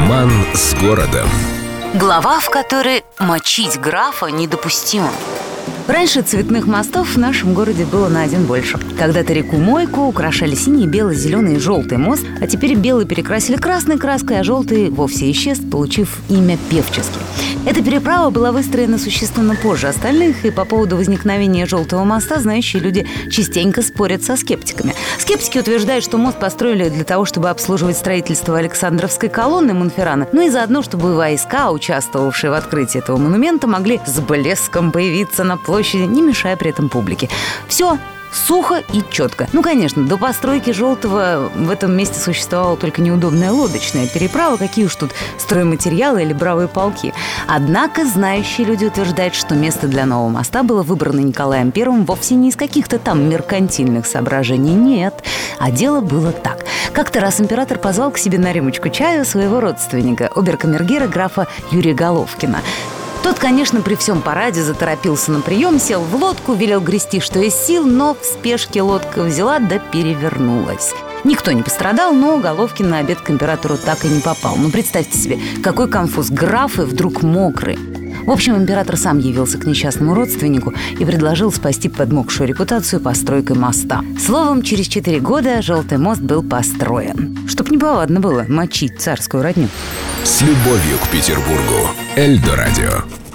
Роман с городом. Глава, в которой мочить графа недопустимо. Раньше цветных мостов в нашем городе было на один больше. Когда-то реку Мойку украшали синий, белый, зеленый и желтый мост, а теперь белый перекрасили красной краской, а желтый вовсе исчез, получив имя Певческий. Эта переправа была выстроена существенно позже остальных, и по поводу возникновения желтого моста знающие люди частенько спорят со скептиками. Скептики утверждают, что мост построили для того, чтобы обслуживать строительство Александровской колонны Монферрана, ну и заодно, чтобы войска, участвовавшие в открытии этого монумента, могли с блеском появиться на площади, не мешая при этом публике. Все сухо и четко. Ну, конечно, до постройки желтого в этом месте существовала только неудобная лодочная переправа, какие уж тут стройматериалы или бравые полки. Однако знающие люди утверждают, что место для нового моста было выбрано Николаем I вовсе не из каких-то там меркантильных соображений, нет. А дело было так. Как-то раз император позвал к себе на рюмочку чаю своего родственника, обер-камергера графа Юрия Головкина. Тот, конечно, при всем параде заторопился на прием, сел в лодку, велел грести, что из сил, но в спешке лодка взяла да перевернулась. Никто не пострадал, но Головкин на обед к императору так и не попал. Ну, представьте себе, какой конфуз, графы вдруг мокрые. В общем, император сам явился к несчастному родственнику и предложил спасти подмокшую репутацию постройкой моста. Словом, через 4 года желтый мост был построен. Чтоб неповадно было мочить царскую родню. С любовью к Петербургу. Эльдо радио.